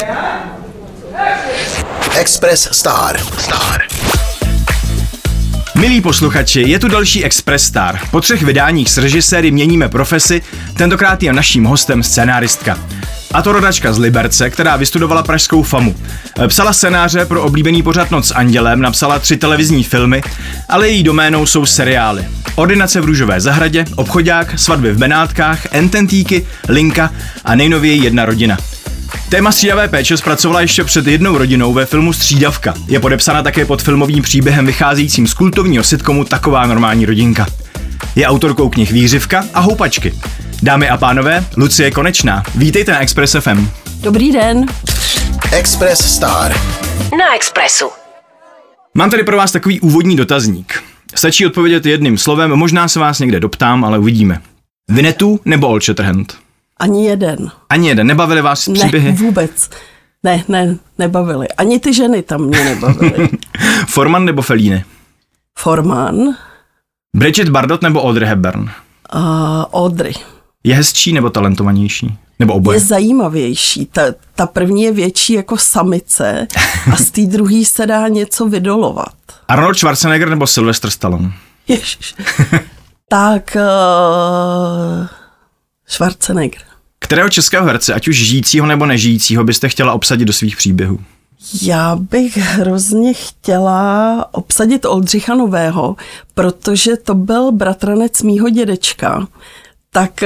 Express Star. Milí posluchači, je tu další Express Star. Po 3 vydáních s režiséry měníme profesi, tentokrát je naším hostem scénáristka. A to rodačka z Liberce, která vystudovala pražskou FAMU. Psala scénáře pro oblíbený pořad Noc s andělem, napsala 3 televizní filmy, ale její doménou jsou seriály. Ordinace v Růžové zahradě, Obchodák, Svatby v Benátkách, Ententíky, Linka a nejnověji Jedna rodina. Téma střídavé péče zpracovala ještě před Jednou rodinou ve filmu Střídavka. Je podepsána také pod filmovým příběhem vycházejícím z kultovního sitcomu Taková normální rodinka. Je autorkou knih Výřivka a Houpačky. Dámy a pánové, Lucie Konečná, vítejte na Express FM. Dobrý den. Express Star. Na Expressu. Mám tady pro vás takový úvodní dotazník. Stačí odpovědět jedním slovem, možná se vás někde doptám, ale uvidíme. Winnetou nebo Old Shatterhand? Ani jeden. Ani jeden, nebavily vás příběhy? Ne, vůbec. Nebavily. Ani ty ženy tam mě nebavily. Forman nebo Fellini? Forman. Bridget Bardot nebo Audrey Hepburn? Audrey. Je hezčí nebo talentovanější? Nebo oboje? Je zajímavější. Ta první je větší jako samice a z té druhé se dá něco vydolovat. Arnold Schwarzenegger nebo Sylvester Stallone? Ježiš. Tak Schwarzenegger. Kterého českého herce, ať už žijícího nebo nežijícího, byste chtěla obsadit do svých příběhů? Já bych hrozně chtěla obsadit Oldřicha Nového, protože to byl bratranec mýho dědečka. Tak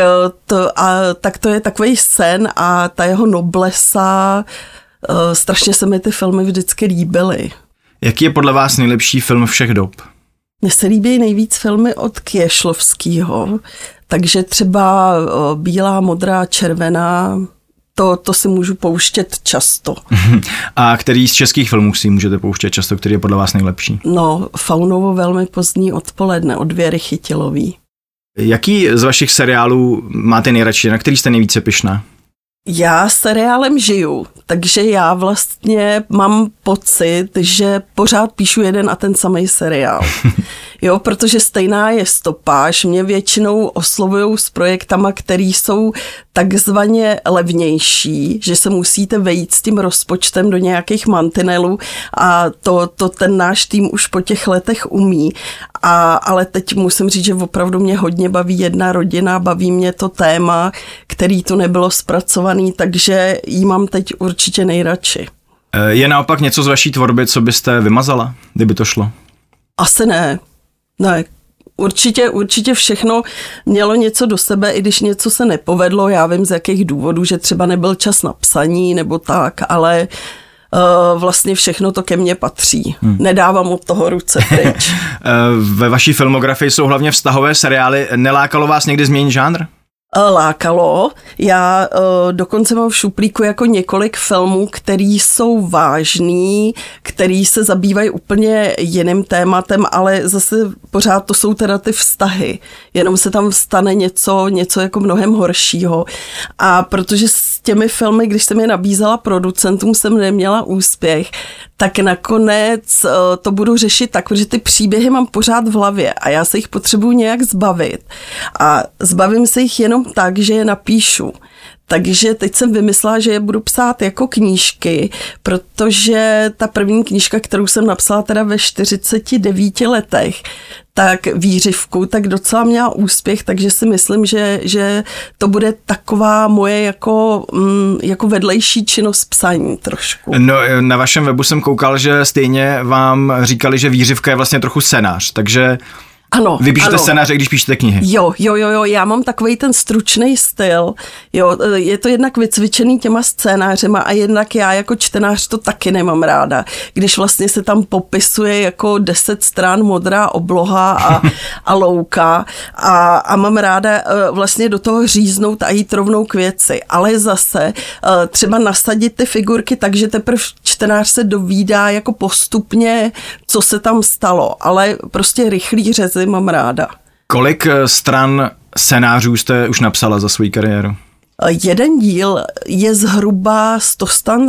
to je takový sen a ta jeho noblesa, strašně se mi ty filmy vždycky líbily. Jaký je podle vás nejlepší film všech dob? Mně se líbí nejvíc filmy od Kješlovskýho, takže třeba Bílá, modrá, červená, to si můžu pouštět často. A který z českých filmů si můžete pouštět často, který je podle vás nejlepší? No, Faunovo Velmi pozdní odpoledne od Věry Chytilový. Jaký z vašich seriálů máte nejradši, na který jste nejvíce pyšná? Já seriálem žiju, takže já vlastně mám pocit, že pořád píšu jeden a ten samý seriál. Jo, protože stejná je stopáž, mě většinou oslovujou s projektama, který jsou takzvaně levnější, že se musíte vejít s tím rozpočtem do nějakých mantinelů a to ten náš tým už po těch letech umí. Ale teď musím říct, že opravdu mě hodně baví Jedna rodina, baví mě to téma, který tu nebylo zpracovaný, takže jí mám teď určitě nejradši. Je naopak něco z vaší tvorby, co byste vymazala, kdyby to šlo? Asi ne. Ne, určitě všechno mělo něco do sebe, i když něco se nepovedlo, já vím z jakých důvodů, že třeba nebyl čas na psaní nebo tak, ale vlastně všechno to ke mně patří. Nedávám od toho ruce pryč. Ve vaší filmografii jsou hlavně vztahové seriály. Nelákalo vás někdy změnit žánr? Lákalo. Já dokonce mám v šuplíku jako několik filmů, který jsou vážný, který se zabývají úplně jiným tématem, ale zase pořád to jsou teda ty vztahy. Jenom se tam stane něco jako mnohem horšího. A protože s těmi filmy, když jsem je nabízela producentům, jsem neměla úspěch, tak nakonec to budu řešit tak, protože ty příběhy mám pořád v hlavě a já se jich potřebuji nějak zbavit. A zbavím se jich jenom tak, že je napíšu. Takže teď jsem vymyslela, že je budu psát jako knížky, protože ta první knížka, kterou jsem napsala teda ve 49 letech, tak Výřivku, tak docela měla úspěch, takže si myslím, že to bude taková moje jako vedlejší činnost psaní trošku. No, na vašem webu jsem koukal, že stejně vám říkali, že Výřivka je vlastně trochu scénář, takže ano, vy píšete scénáře, když píšete knihy. Jo, já mám takovej ten stručný styl, jo, je to jednak vycvičený těma scénářema a jednak já jako čtenář to taky nemám ráda, když vlastně se tam popisuje jako 10 stran modrá obloha a louka a mám ráda vlastně do toho říznout a jít rovnou k věci, ale zase třeba nasadit ty figurky tak, že teprve čtenář se dovídá jako postupně, co se tam stalo, ale prostě rychlý řezy mám ráda. Kolik stran scénářů jste už napsala za svou kariéru? Jeden díl je zhruba 100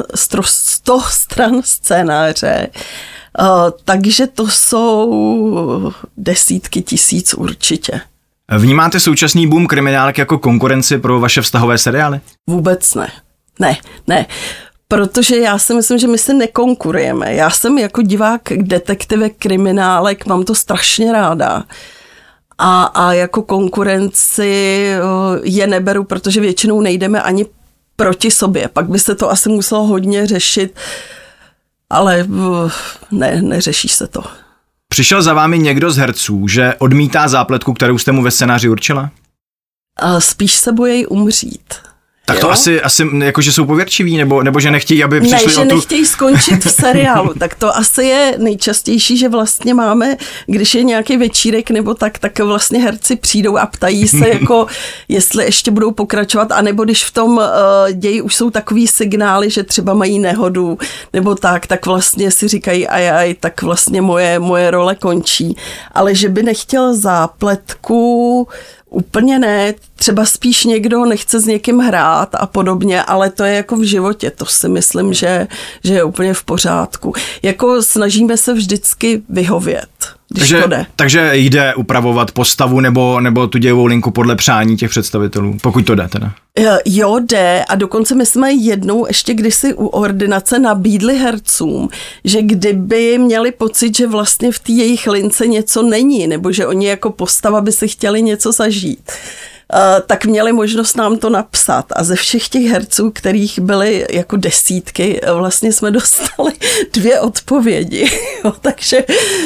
stran scénáře, takže to jsou desítky tisíc určitě. Vnímáte současný boom kriminálek jako konkurenci pro vaše vztahové seriály? Vůbec ne. Ne. Protože já si myslím, že my si nekonkurujeme. Já jsem jako divák detektivek, kriminálek, mám to strašně ráda. A jako konkurenci je neberu, protože většinou nejdeme ani proti sobě. Pak by se to asi muselo hodně řešit, ale neřeší se to. Přišel za vámi někdo z herců, že odmítá zápletku, kterou jste mu ve scénáři určila? Spíš se bojí umřít. Tak to asi jakože jsou pověrčiví, nebo že nechtějí, aby přišli že nechtějí skončit v seriálu. Tak to asi je nejčastější, že vlastně máme, když je nějaký večírek nebo tak vlastně herci přijdou a ptají se, jako jestli ještě budou pokračovat, anebo když v tom ději už jsou takový signály, že třeba mají nehodu, nebo tak vlastně si říkají tak vlastně moje role končí. Ale že by nechtěl zápletku, úplně ne, třeba spíš někdo nechce s někým hrát a podobně, ale to je jako v životě, to si myslím, že je úplně v pořádku. Jako snažíme se vždycky vyhovět, když to jde. Takže jde upravovat postavu nebo tu dějovou linku podle přání těch představitelů, pokud to jde teda. Jo, jde a dokonce my jsme jednou ještě kdysi u ordinace nabídli hercům, že kdyby měli pocit, že vlastně v té jejich lince něco není, nebo že oni jako postava by si chtěli něco zažít, tak měli možnost nám to napsat a ze všech těch herců, kterých byly jako desítky, vlastně jsme dostali 2 odpovědi, takže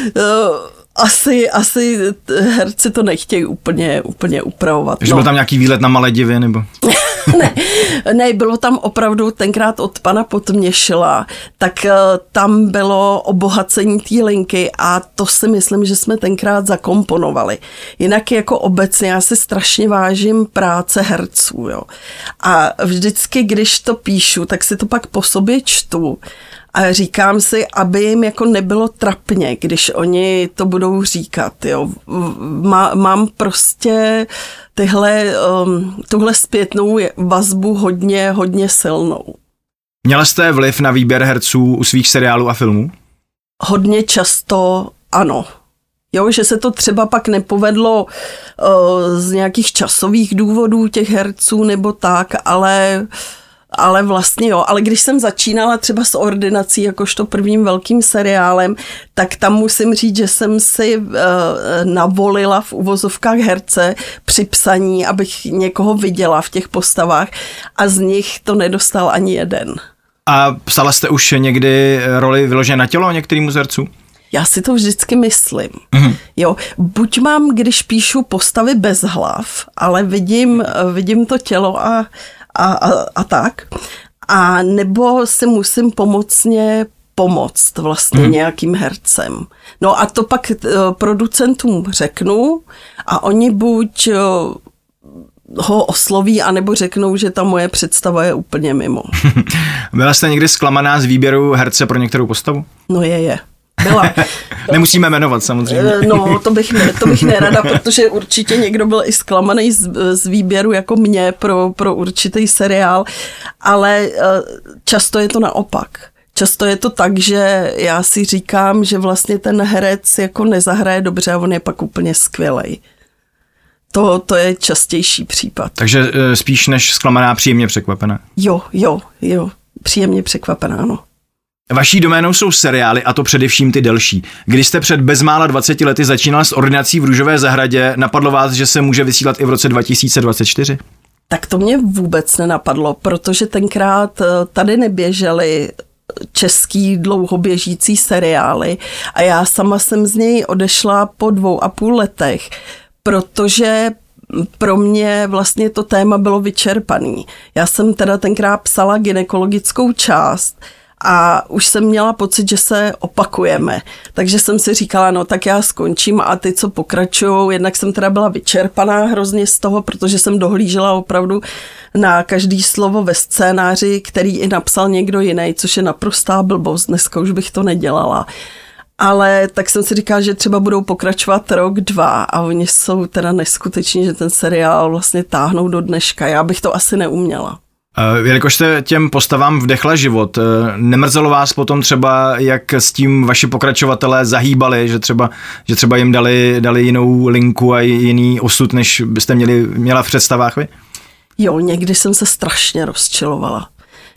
asi herci to nechtějí úplně upravovat. Takže byl tam nějaký výlet na Maledivy, nebo? Ne, bylo tam opravdu tenkrát od pana Potměšila, tak tam bylo obohacení té linky a to si myslím, že jsme tenkrát zakomponovali. Jinak jako obecně já si strašně vážím práce herců, jo. A vždycky, když to píšu, tak si to pak po sobě čtu a říkám si, aby jim jako nebylo trapně, když oni to budou říkat, jo. Mám prostě tuhle zpětnou vazbu hodně silnou. Měla jste vliv na výběr herců u svých seriálů a filmů? Hodně často ano. Jo, že se to třeba pak nepovedlo z nějakých časových důvodů těch herců nebo tak, ale vlastně jo, ale když jsem začínala třeba s ordinací jakožto prvním velkým seriálem, tak tam musím říct, že jsem si navolila v uvozovkách herce při psaní, abych někoho viděla v těch postavách a z nich to nedostal ani jeden. A psala jste už někdy roli vyložené na tělo některým z herců? Já si to vždycky myslím. Mm-hmm. Jo, buď mám, když píšu postavy bez hlav, ale vidím to tělo a tak. A nebo si musím pomoct vlastně nějakým hercem. No a to pak producentům řeknu a oni buď ho osloví, anebo řeknou, že ta moje představa je úplně mimo. Byla jste někdy zklamaná z výběru herce pro některou postavu? No je. Byla. Nemusíme jmenovat samozřejmě. No, to bych nerada, protože určitě někdo byl i zklamaný z výběru jako mě pro určitý seriál, ale často je to naopak. Často je to tak, že já si říkám, že vlastně ten herec jako nezahraje dobře a on je pak úplně skvělej. To je častější případ. Takže spíš než zklamaná, příjemně překvapená. Jo, příjemně překvapená, ano. Vaší doménou jsou seriály, a to především ty delší. Když jste před bezmála 20 lety začínal s ordinací v Růžové zahradě, napadlo vás, že se může vysílat i v roce 2024? Tak to mě vůbec nenapadlo, protože tenkrát tady neběžely český dlouhoběžící seriály a já sama jsem z něj odešla po 2,5 letech, protože pro mě vlastně to téma bylo vyčerpaný. Já jsem teda tenkrát psala gynekologickou část a už jsem měla pocit, že se opakujeme. Takže jsem si říkala, no tak já skončím a ty, co pokračujou, jednak jsem teda byla vyčerpaná hrozně z toho, protože jsem dohlížela opravdu na každý slovo ve scénáři, který i napsal někdo jiný, což je naprostá blbost, dneska už bych to nedělala. Ale tak jsem si říkala, že třeba budou pokračovat 1, 2 a oni jsou teda neskuteční, že ten seriál vlastně táhnou do dneška. Já bych to asi neuměla. Jelikož jste těm postavám vdechla život, nemrzelo vás potom třeba, jak s tím vaši pokračovatelé zahýbali, že třeba jim dali jinou linku a jiný osud, než byste měla v představách vy? Jo, někdy jsem se strašně rozčilovala.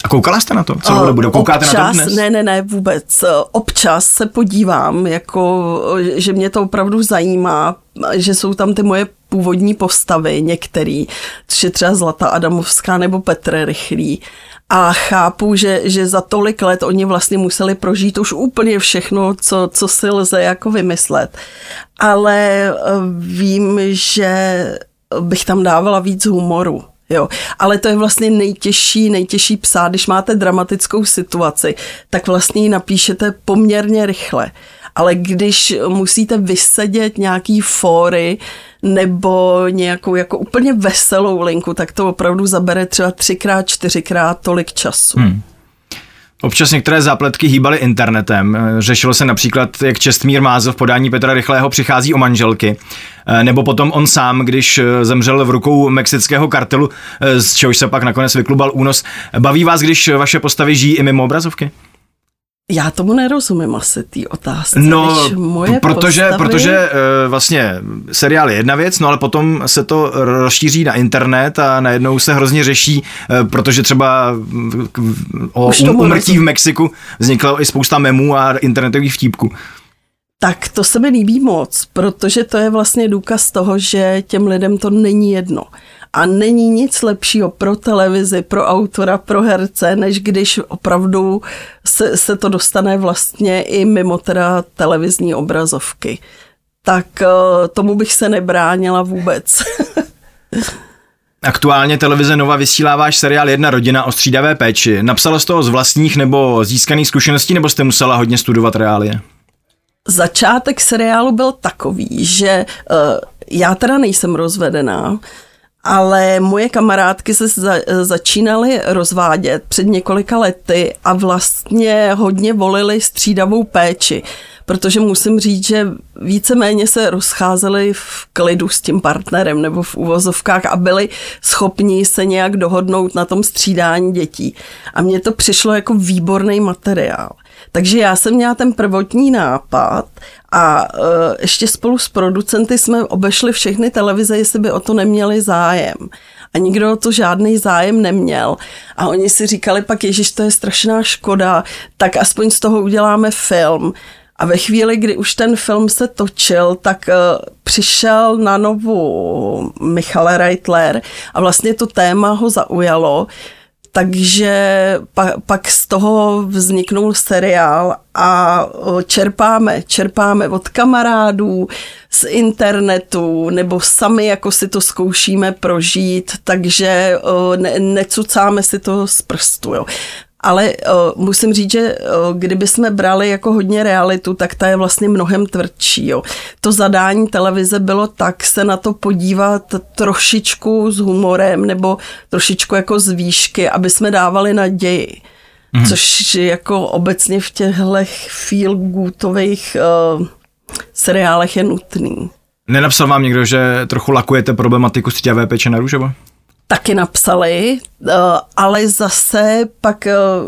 A koukala jste na to? Celou dobu? Koukáte občas, na to dnes? Ne, vůbec. Občas se podívám, jako, že mě to opravdu zajímá, že jsou tam ty moje původní postavy, některý, což je třeba Zlata Adamovská nebo Petr Rychlý. A chápu, že za tolik let oni vlastně museli prožít už úplně všechno, co si lze jako vymyslet. Ale vím, že bych tam dávala víc humoru. Jo, ale to je vlastně nejtěžší psát, když máte dramatickou situaci, tak vlastně ji napíšete poměrně rychle. Ale když musíte vysedět nějaký fóry nebo nějakou jako úplně veselou linku, tak to opravdu zabere třeba 3x, 4x tolik času. Občas některé zápletky hýbaly internetem. Řešilo se například, jak Čestmír Máza v podání Petra Rychlého přichází o manželky. Nebo potom on sám, když zemřel v rukou mexického kartelu, z čehož se pak nakonec vyklubal únos. Baví vás, když vaše postavy žijí i mimo obrazovky? Já tomu nerozumím asi té otázce. No, protože vlastně seriál je jedna věc, no ale potom se to rozšíří na internet a najednou se hrozně řeší, protože třeba o úmrtí v Mexiku vzniklo i spousta memů a internetových vtípků. Tak to se mi líbí moc, protože to je vlastně důkaz toho, že těm lidem to není jedno. A není nic lepšího pro televizi, pro autora, pro herce, než když opravdu se to dostane vlastně i mimo teda televizní obrazovky. Tak tomu bych se nebránila vůbec. Aktuálně televize Nova vysílá váš seriál Jedna rodina o střídavé péči. Napsala z toho z vlastních nebo získaných zkušeností, nebo jste musela hodně studovat reálie? Začátek seriálu byl takový, že já teda nejsem rozvedená, ale moje kamarádky se začínaly rozvádět před několika lety a vlastně hodně volily střídavou péči, protože musím říct, že víceméně se rozcházely v klidu s tím partnerem nebo v uvozovkách a byli schopni se nějak dohodnout na tom střídání dětí. A mně to přišlo jako výborný materiál. Takže já jsem měla ten prvotní nápad a ještě spolu s producenty jsme obešli všechny televize, jestli by o to neměli zájem. A nikdo o to žádný zájem neměl. A oni si říkali pak, ježiš, to je strašná škoda, tak aspoň z toho uděláme film. A ve chvíli, kdy už ten film se točil, tak přišel na novu Michal Reitler a vlastně to téma ho zaujalo. Takže pak z toho vzniknul seriál a čerpáme od kamarádů, z internetu, nebo sami jako si to zkoušíme prožít, takže necucáme si to z prstu. Jo. Ale musím říct, že kdyby jsme brali jako hodně realitu, tak ta je vlastně mnohem tvrdší. Jo. To zadání televize bylo tak se na to podívat trošičku s humorem nebo trošičku jako z výšky, aby jsme dávali naději. Což jako obecně v těchto feel-gootových seriálech je nutný. Nenapsal vám někdo, že trochu lakujete problematiku střídavé péče na růžovo? Taky napsali, ale zase pak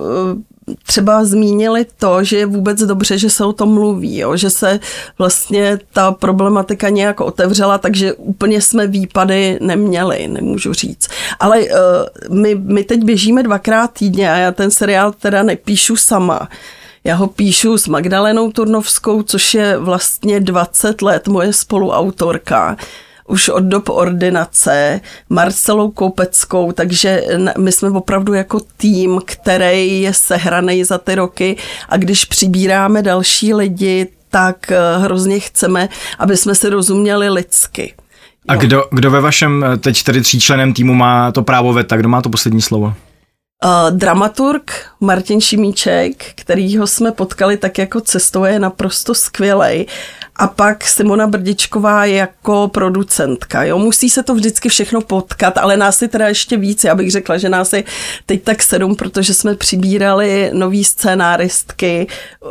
třeba zmínili to, že je vůbec dobře, že se o tom mluví, jo? Že se vlastně ta problematika nějak otevřela, takže úplně jsme výpady neměli, nemůžu říct. Ale my teď běžíme 2x týdně a já ten seriál teda nepíšu sama. Já ho píšu s Magdalenou Turnovskou, což je vlastně 20 let moje spoluautorka. Už od dob ordinace, Marcelou Koupeckou, takže my jsme opravdu jako tým, který je sehranej za ty roky a když přibíráme další lidi, tak hrozně chceme, aby jsme si rozuměli lidsky. A kdo ve vašem teď tedy 3členném týmu má to právo veta? Kdo má to poslední slovo? Dramaturg Martin Šimíček, kterýho jsme potkali tak jako cestou, je naprosto skvělej. A pak Simona Brdičková jako producentka. Jo? Musí se to vždycky všechno potkat, ale nás je teda ještě víc. Já bych řekla, že nás je teď tak 7, protože jsme přibírali nový scénáristky,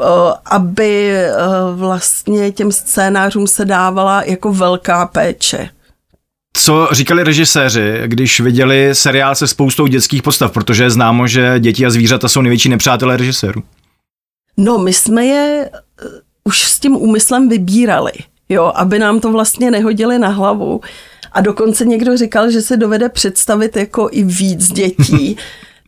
aby vlastně těm scénářům se dávala jako velká péče. Co říkali režiséři, když viděli seriál se spoustou dětských postav, protože je známo, že děti a zvířata jsou největší nepřátelé režisérů? No, my jsme je už s tím úmyslem vybírali, jo, aby nám to vlastně nehodili na hlavu. A dokonce někdo říkal, že se dovede představit jako i víc dětí.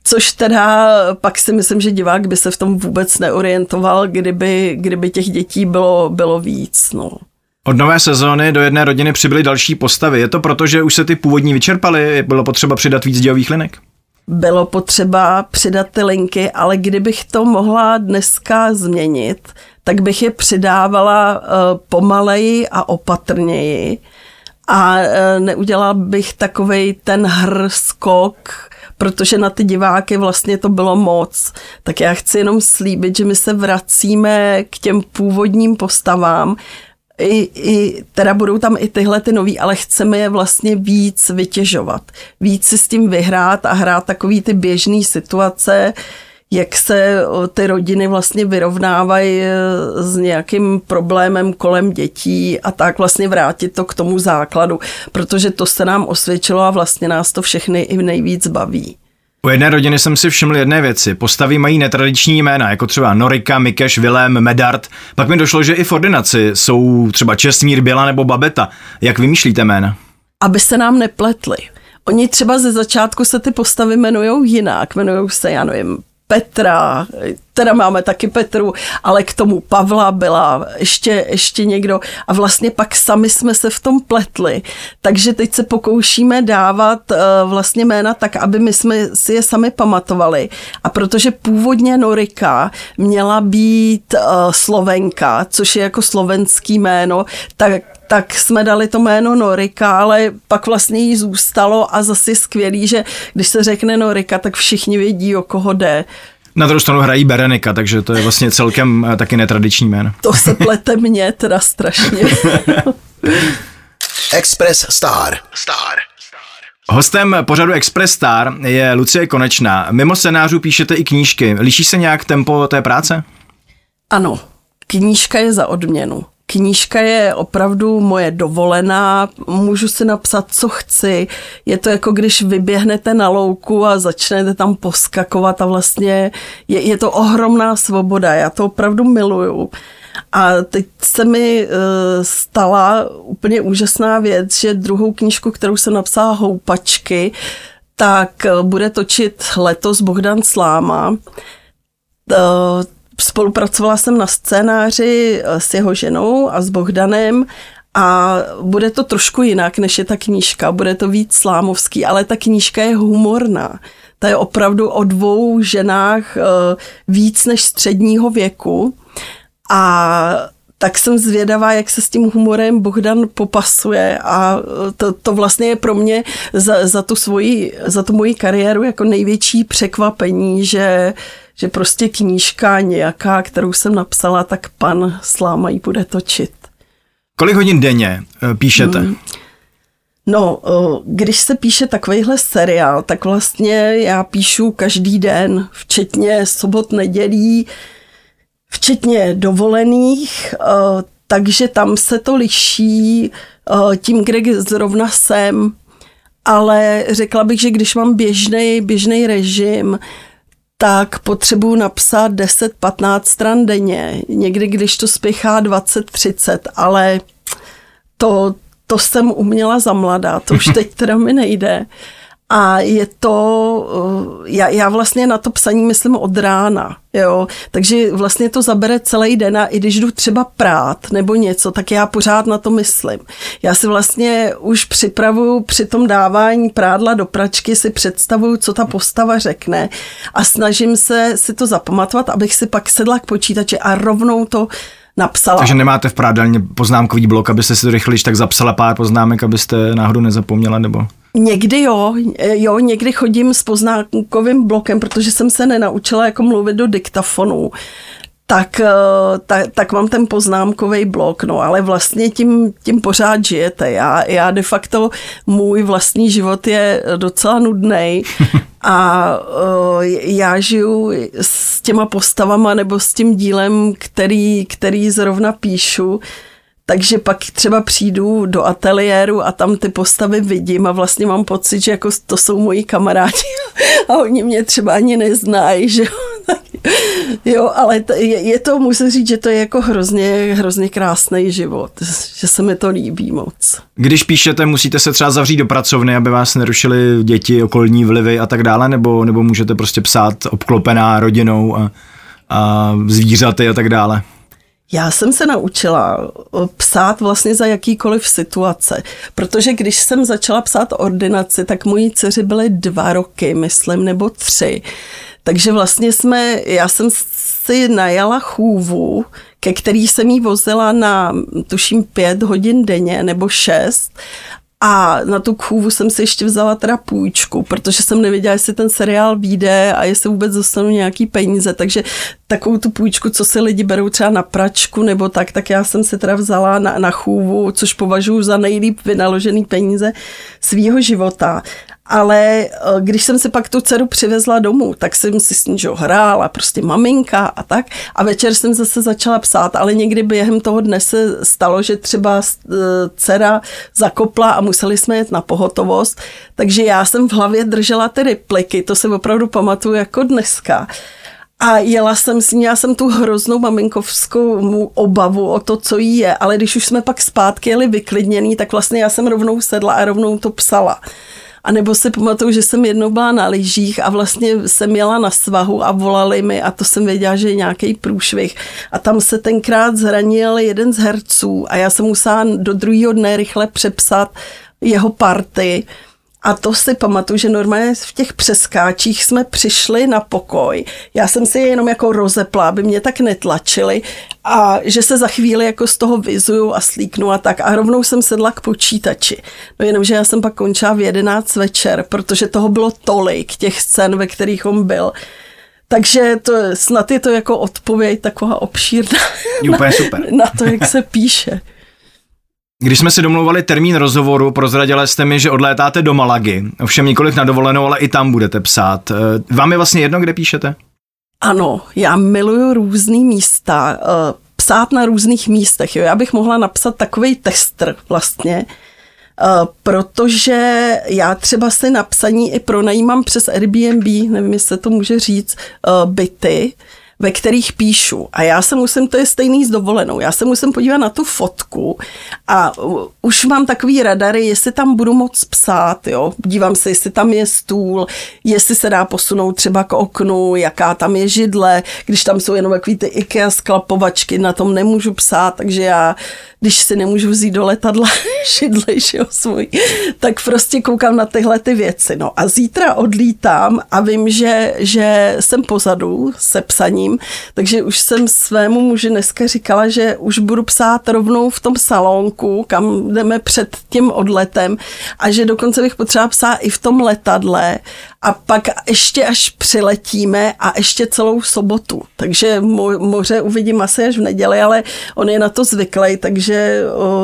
Což teda pak si myslím, že divák by se v tom vůbec neorientoval, kdyby těch dětí bylo víc. No. Od nové sezóny do jedné rodiny přibyly další postavy. Je to proto, že už se ty původní vyčerpaly? Bylo potřeba přidat víc dějových linek? Bylo potřeba přidat ty linky, ale kdybych to mohla dneska změnit, tak bych je přidávala pomaleji a opatrněji a neudělala bych takovej ten skok, protože na ty diváky vlastně to bylo moc. Tak já chci jenom slíbit, že my se vracíme k těm původním postavám, I teda budou tam i tyhle ty nový, ale chceme je vlastně víc vytěžovat. Víc si s tím vyhrát a hrát takový ty běžný situace, jak se ty rodiny vlastně vyrovnávají s nějakým problémem kolem dětí a tak vlastně vrátit to k tomu základu, protože to se nám osvědčilo a vlastně nás to všechny i nejvíc baví. U jedné rodiny jsem si všiml jedné věci. Postavy mají netradiční jména, jako třeba Norika, Mikeš, Vilém, Medard. Pak mi došlo, že i v ordinaci jsou třeba Čestmír, Běla nebo Babeta. Jak vymýšlíte jména? Aby se nám nepletli. Oni třeba ze začátku se ty postavy jmenujou jinak. Jmenujou se, já nevím, Petra, teda máme taky Petru, ale k tomu Pavla byla ještě někdo a vlastně pak sami jsme se v tom pletli. Takže teď se pokoušíme dávat vlastně jména tak, aby my jsme si je sami pamatovali. A protože původně Norika měla být Slovenka, což je jako slovenský jméno, tak jsme dali to jméno Norika, ale pak vlastně jí zůstalo a zase je skvělý, že když se řekne Norika, tak všichni vědí, o koho jde. Na druhou stranu hrají Berenika, takže to je vlastně celkem taky netradiční jméno. To se plete mně teda strašně. Express Star. Hostem pořadu Express Star je Lucie Konečná. Mimo scénářů píšete i knížky. Liší se nějak tempo té práce? Ano, knížka je za odměnu. Knížka je opravdu moje dovolená, můžu si napsat, co chci. Je to jako když vyběhnete na louku a začnete tam poskakovat a vlastně je to ohromná svoboda. Já to opravdu miluju. A teď se mi stala úplně úžasná věc, že druhou knížku, kterou jsem napsala, Houpačky, tak bude točit letos Bohdan Sláma. Spolupracovala jsem na scénáři s jeho ženou a s Bohdanem a bude to trošku jinak, než je ta knížka. Bude to víc slámovský, ale ta knížka je humorná. Ta je opravdu o dvou ženách víc než středního věku a tak jsem zvědavá, jak se s tím humorem Bohdan popasuje a to vlastně je pro mě za tu moji kariéru jako největší překvapení, že prostě knížka nějaká, kterou jsem napsala, tak pan Sláma ji bude točit. Kolik hodin denně píšete? No, když se píše takovejhle seriál, tak vlastně já píšu každý den, včetně sobot, nedělí, včetně dovolených, takže tam se to liší tím, kde zrovna jsem, ale řekla bych, že když mám běžný režim, tak potřebuji napsat 10-15 stran denně. Někdy, když to spěchá 20-30, ale to jsem uměla za mladá, to už teď teda mi nejde. A je to, já vlastně na to psaní myslím od rána, jo, takže vlastně to zabere celý den a i když jdu třeba prát nebo něco, tak já pořád na to myslím. Já si vlastně už připravuju při tom dávání prádla do pračky, si představuju, co ta postava řekne a snažím se si to zapamatovat, abych si pak sedla k počítači a rovnou to napsala. Takže nemáte v prádelně poznámkový blok, abyste si to rychle tak zapsala pár poznámek, abyste náhodou nezapomněla, nebo? Někdy jo, někdy chodím s poznámkovým blokem, protože jsem se nenaučila jako mluvit do diktafonu. Tak mám ten poznámkový blok, no, ale vlastně tím pořád žijete. Já de facto, můj vlastní život je docela nudnej a já žiju s těma postavama nebo s tím dílem, který zrovna píšu. Takže pak třeba přijdu do ateliéru a tam ty postavy vidím a vlastně mám pocit, že jako to jsou moji kamarádi a oni mě třeba ani neznají, že Jo, ale je to, musím říct, že to je jako hrozně krásný život, že se mi to líbí moc. Když píšete, musíte se třeba zavřít do pracovny, aby vás nerušily děti, okolní vlivy a tak dále, nebo můžete prostě psát obklopená rodinou a zvířaty a tak dále? Já jsem se naučila psát vlastně za jakýkoliv situace, protože když jsem začala psát ordinaci, tak mojí dceři byly 2 roky, myslím, nebo 3. Takže vlastně já jsem si najala chůvu, ke který jsem jí vozila na, tuším, 5 hodin denně nebo 6. A na tu chůvu jsem si ještě vzala teda půjčku, protože jsem nevěděla, jestli ten seriál vyjde a jestli vůbec dostanu nějaký peníze, takže takovou tu půjčku, co si lidi berou třeba na pračku nebo tak já jsem si teda vzala na chůvu, což považuji za nejlíp vynaložený peníze svýho života. Ale když jsem si pak tu dceru přivezla domů, tak jsem si s ní hrála, prostě maminka a tak. A večer jsem zase začala psát, ale někdy během toho dne se stalo, že třeba dcera zakopla a museli jsme jet na pohotovost. Takže já jsem v hlavě držela ty repliky, to si opravdu pamatuju jako dneska. A jela jsem s ní, já jsem tu hroznou maminkovskou obavu o to, co jí je, ale když už jsme pak zpátky jeli vyklidněný, tak vlastně já jsem rovnou sedla a rovnou to psala. A nebo si pamatuju, že jsem jednou byla na lyžích a vlastně jsem jela na svahu a volali mi a to jsem věděla, že je nějaký průšvih. A tam se tenkrát zranil jeden z herců a já jsem musela do druhého dne rychle přepsat jeho party. A to si pamatuju, že normálně v těch přeskáčích jsme přišli na pokoj. Já jsem si je jenom jako rozepla, aby mě tak netlačili a že se za chvíli jako z toho vyzuju a slíknu a tak. A rovnou jsem sedla k počítači. No jenomže já jsem pak končila v 11 večer, protože toho bylo tolik, těch scén, ve kterých on byl. Takže snad je to jako odpověď taková obšírná úplně super. Na to, jak se píše. Když jsme si domlouvali termín rozhovoru, prozradila jste mi, že odlétáte do Malagy. Ovšem nikoliv na dovolenou, ale i tam budete psát. Vám je vlastně jedno, kde píšete? Ano, já miluju různý místa, psát na různých místech. Jo. Já bych mohla napsat takovej tester vlastně, protože já třeba si na psaní i pronajímám přes Airbnb, nevím, jestli to může říct, byty, ve kterých píšu. A já se musím, to je stejný s dovolenou, já se musím podívat na tu fotku a už mám takový radary, jestli tam budu moc psát, jo. Dívám se, jestli tam je stůl, jestli se dá posunout třeba k oknu, jaká tam je židle, když tam jsou jenom takový ty IKEA sklapovačky, na tom nemůžu psát, takže já, když si nemůžu vzít do letadla židli, že jo, svůj, tak prostě koukám na tyhle ty věci. No a zítra odlítám a vím, že jsem pozadu se psaním, takže už jsem svému muži dneska říkala, že už budu psát rovnou v tom salonku, kam jdeme před tím odletem a že dokonce bych potřeba psát i v tom letadle a pak ještě až přiletíme a ještě celou sobotu. Takže moře uvidím asi až v neděli, ale on je na to zvyklý, takže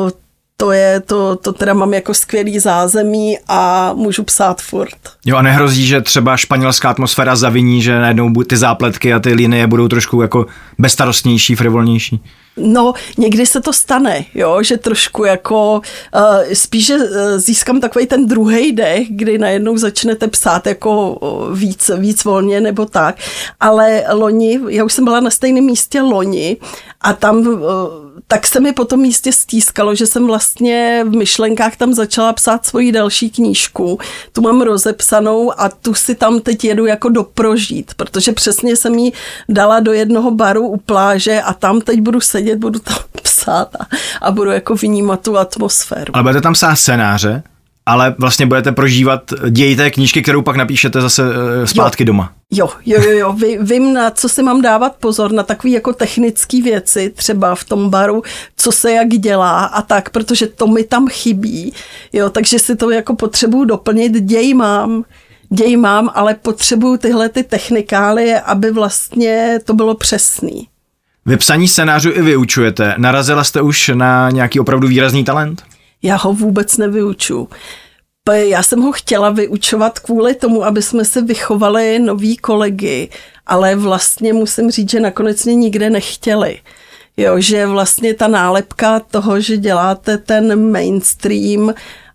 to teda mám jako skvělý zázemí a můžu psát furt. Jo, a nehrozí, že třeba španělská atmosféra zaviní, že najednou ty zápletky a ty linie budou trošku jako bezstarostnější, frivolnější? No, někdy se to stane, jo, že trošku jako spíše získám takový ten druhý dech, kdy najednou začnete psát jako víc volně nebo tak, ale loni, já už jsem byla na stejném místě loni a tam tak se mi po tom místě stýskalo, že jsem vlastně v myšlenkách tam začala psát svoji další knížku. Tu mám rozepsanou a tu si tam teď jedu jako doprožít, protože přesně jsem ji dala do jednoho baru u pláže a tam teď budu sedět, budu tam psát a budu jako vnímat tu atmosféru. Ale budete tam psát scénáře, ale vlastně budete prožívat děj té knížky, kterou pak napíšete zase zpátky doma. Jo. Vím, na co si mám dávat pozor, na takové jako technické věci, třeba v tom baru, co se jak dělá a tak, protože to mi tam chybí. Jo, takže si to jako potřebuju doplnit. Děj mám, ale potřebuju tyhle ty technikálie, aby vlastně to bylo přesný. Vy psaní scénářů i vyučujete. Narazila jste už na nějaký opravdu výrazný talent? Já ho vůbec nevyučuju. Já jsem ho chtěla vyučovat kvůli tomu, aby jsme si vychovali nový kolegy, ale vlastně musím říct, že nakonec mě nikde nechtěli. Jo, že vlastně ta nálepka toho, že děláte ten mainstream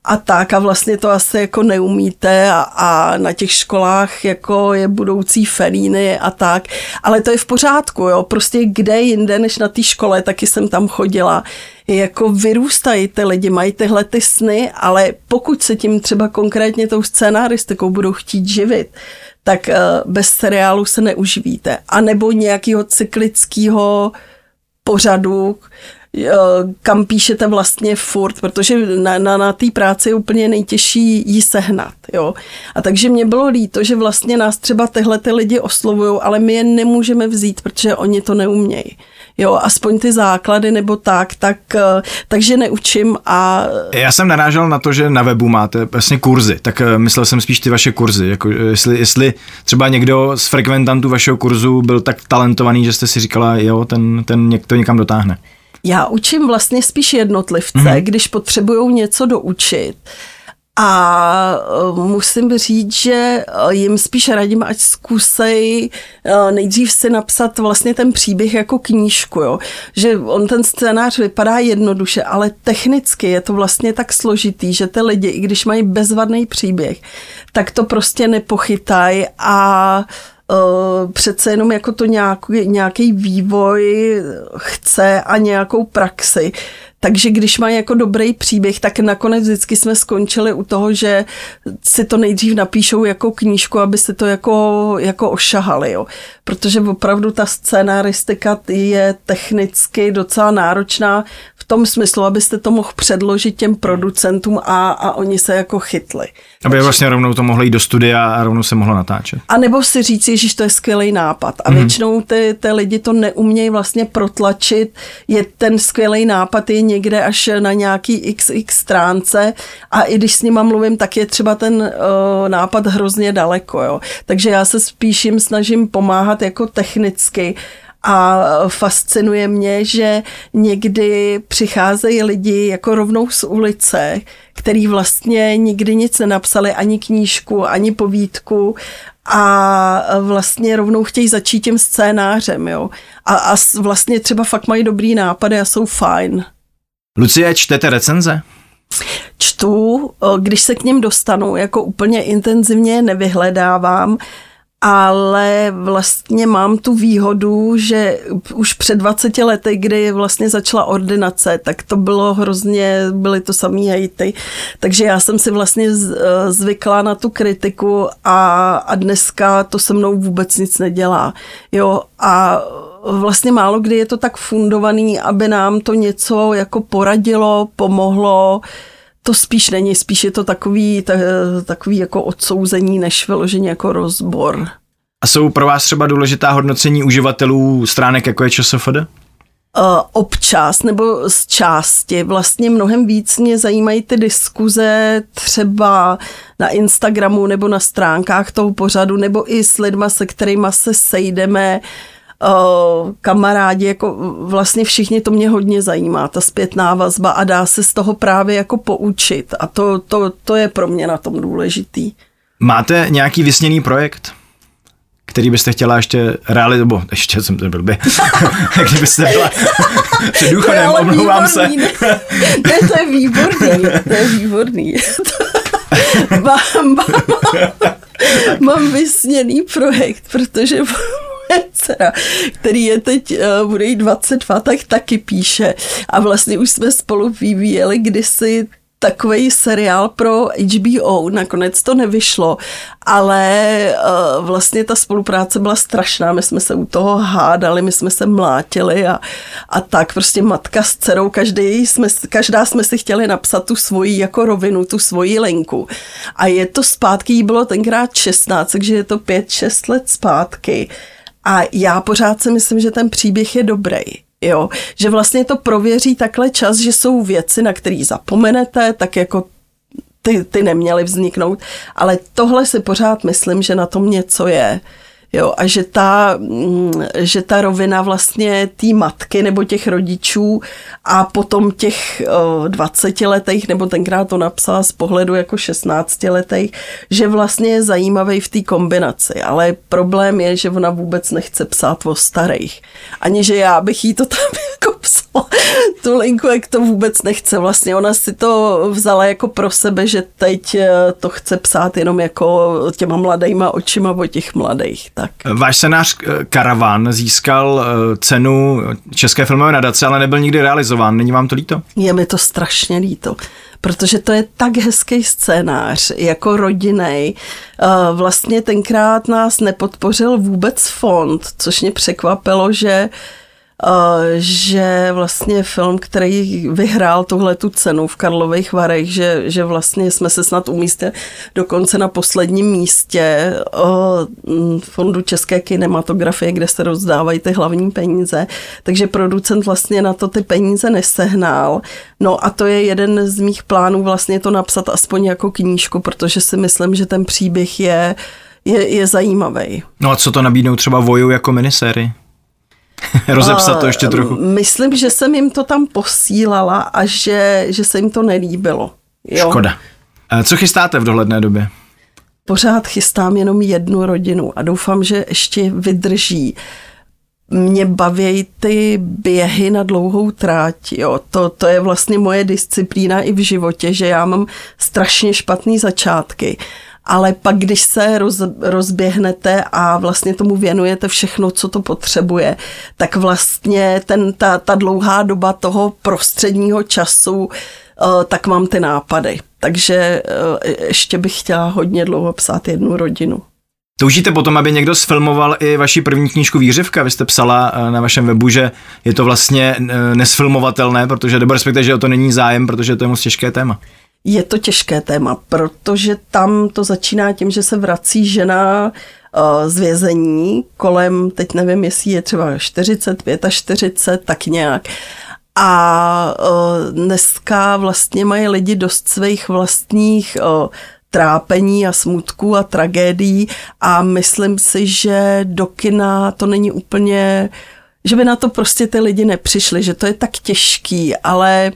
a tak a vlastně to asi jako neumíte a na těch školách jako je budoucí Fellini a tak, ale to je v pořádku, jo, prostě kde jinde než na té škole, taky jsem tam chodila, jako vyrůstají ty lidi, mají tyhle ty sny, ale pokud se tím třeba konkrétně tou scénaristikou budou chtít živit, tak bez seriálu se neuživíte. A nebo nějakého cyklického pořadu, kam píšete vlastně furt, protože na té práci je úplně nejtěžší jí sehnat. Jo? A takže mě bylo líto, že vlastně nás třeba tyhle ty lidi oslovujou, ale my je nemůžeme vzít, protože oni to neumějí. Jo, aspoň ty základy nebo takže neučím a... Já jsem narážel na to, že na webu máte vlastně kurzy, tak myslel jsem spíš ty vaše kurzy, jako jestli třeba někdo z frekventantů vašeho kurzu byl tak talentovaný, že jste si říkala, jo, ten to někam dotáhne. Já učím vlastně spíš jednotlivce, když potřebujou něco doučit. A musím říct, že jim spíš radím, ať zkusej nejdřív si napsat vlastně ten příběh jako knížku, jo. Že on ten scénář vypadá jednoduše, ale technicky je to vlastně tak složitý, že ty lidi, i když mají bezvadný příběh, tak to prostě nepochytají a přece jenom jako to nějaký vývoj chce a nějakou praxi. Takže když mají jako dobrý příběh, tak nakonec vždycky jsme skončili u toho, že si to nejdřív napíšou jako knížku, aby si to jako ošahali. Jo. Protože opravdu ta scénaristika je technicky docela náročná v tom smyslu, abyste to mohl předložit těm producentům a oni se jako chytli. Aby vlastně rovnou to mohlo jít do studia a rovnou se mohlo natáčet. A nebo si říct, ježiš, to je skvělý nápad. A většinou ty lidi to neumějí vlastně protlačit. Je ten skvělý nápad je někde až na nějaký XX stránce a i když s nima mluvím, tak je třeba ten nápad hrozně daleko. Jo. Takže já se spíš jim snažím pomáhat jako technicky a fascinuje mě, že někdy přicházejí lidi jako rovnou z ulice, který vlastně nikdy nic nenapsali, ani knížku, ani povídku a vlastně rovnou chtějí začít tím scénářem. Jo. A vlastně třeba fakt mají dobrý nápady a jsou fajn. Lucie, čtete recenze? Čtu, když se k nim dostanu, jako úplně intenzivně nevyhledávám, ale vlastně mám tu výhodu, že už před 20 lety, kdy vlastně začala ordinace, tak to bylo byly to samý hejty, takže já jsem si vlastně zvykla na tu kritiku a dneska to se mnou vůbec nic nedělá. Jo, a vlastně málo kdy je to tak fundovaný, aby nám to něco jako poradilo, pomohlo. To spíš není, spíš je to takový jako odsouzení, než vyloženě jako rozbor. A jsou pro vás třeba důležitá hodnocení uživatelů stránek, jako je ČSFD? Občas nebo z části. Vlastně mnohem víc mě zajímají ty diskuze třeba na Instagramu nebo na stránkách toho pořadu, nebo i s lidma, se kterýma se sejdeme, kamarádi, jako vlastně všichni, to mě hodně zajímá, ta zpětná vazba a dá se z toho právě jako poučit a to je pro mě na tom důležitý. Máte nějaký vysněný projekt, který byste chtěla ještě realizovat, nebo ještě jsem to blbě, kdybyste byla před důchodem, omlouvám se. Ne, to je výborný. Mám vysněný projekt, protože dcera, který je teď, bude jí 22, tak taky píše. A vlastně už jsme spolu vyvíjeli kdysi takovej seriál pro HBO, nakonec to nevyšlo, ale vlastně ta spolupráce byla strašná, my jsme se u toho hádali, my jsme se mlátili a tak prostě matka s dcerou, každá jsme si chtěli napsat tu svoji jako rovinu, tu svoji linku. A je to zpátky, jí bylo tenkrát 16, takže je to 5-6 let zpátky. A já pořád si myslím, že ten příběh je dobrý. Jo, že vlastně to prověří takhle čas, že jsou věci, na které zapomenete, tak jako ty neměly vzniknout, ale tohle si pořád myslím, že na tom něco je. Jo, a že ta rovina vlastně té matky nebo těch rodičů a potom těch 20 letých, nebo tenkrát to napsala z pohledu jako 16 letých, že vlastně je zajímavý v té kombinaci, ale problém je, že ona vůbec nechce psát o starých. Ani, že já bych jí to tam jako psala, tu malinko, jak to vůbec nechce. Vlastně ona si to vzala jako pro sebe, že teď to chce psát jenom jako těma mladejma očima o těch mladých. Tak. Váš scénář Karavan získal cenu České filmové nadace, ale nebyl nikdy realizován. Není vám to líto? Je mi to strašně líto, protože to je tak hezký scénář, jako rodinnej. Vlastně tenkrát nás nepodpořil vůbec fond, což mě překvapilo, že vlastně film, který vyhrál tuhletu cenu v Karlových Varech, že vlastně jsme se snad umístili dokonce na posledním místě Fondu české kinematografie, kde se rozdávají ty hlavní peníze. Takže producent vlastně na to ty peníze nesehnal. No a to je jeden z mých plánů vlastně to napsat aspoň jako knížku, protože si myslím, že ten příběh je zajímavý. No a co to nabídnou třeba Voju jako minisérii? Rozepsat to ještě trochu. Myslím, že jsem jim to tam posílala a že se jim to nelíbilo. Jo? Škoda. Co chystáte v dohledné době? Pořád chystám jenom jednu rodinu a doufám, že ještě vydrží. Mě baví ty běhy na dlouhou tráť. Jo? To je vlastně moje disciplína i v životě, že já mám strašně špatný začátky. Ale pak, když se rozběhnete a vlastně tomu věnujete všechno, co to potřebuje, tak vlastně ta dlouhá doba toho prostředního času, tak mám ty nápady. Takže ještě bych chtěla hodně dlouho psát jednu rodinu. Toužíte potom, aby někdo sfilmoval i vaši první knížku Vířivka? Vy jste psala na vašem webu, že je to vlastně nesfilmovatelné, nebo respektive, že o to není zájem, protože to je moc těžké téma. Je to těžké téma, protože tam to začíná tím, že se vrací žena z vězení kolem, teď nevím, jestli je třeba 40, 45, tak nějak. A dneska vlastně mají lidi dost svých vlastních trápení a smutků a tragédií a myslím si, že do kina to není úplně, že by na to prostě ty lidi nepřišli, že to je tak těžký, ale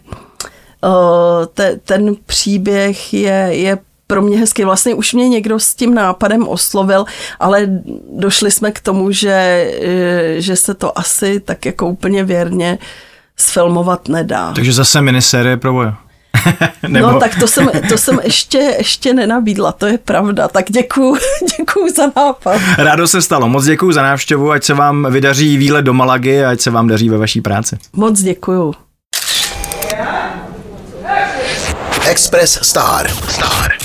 ten příběh je pro mě hezký. Vlastně už mě někdo s tím nápadem oslovil, ale došli jsme k tomu, že se to asi tak jako úplně věrně sfilmovat nedá. Takže zase minisérie pro Voju. No tak to jsem ještě nenabídla, to je pravda. Tak děkuju za nápad. Rádo se stalo. Moc děkuju za návštěvu, ať se vám vydaří výlet do Malagy a ať se vám daří ve vaší práci. Moc děkuju. Express Star.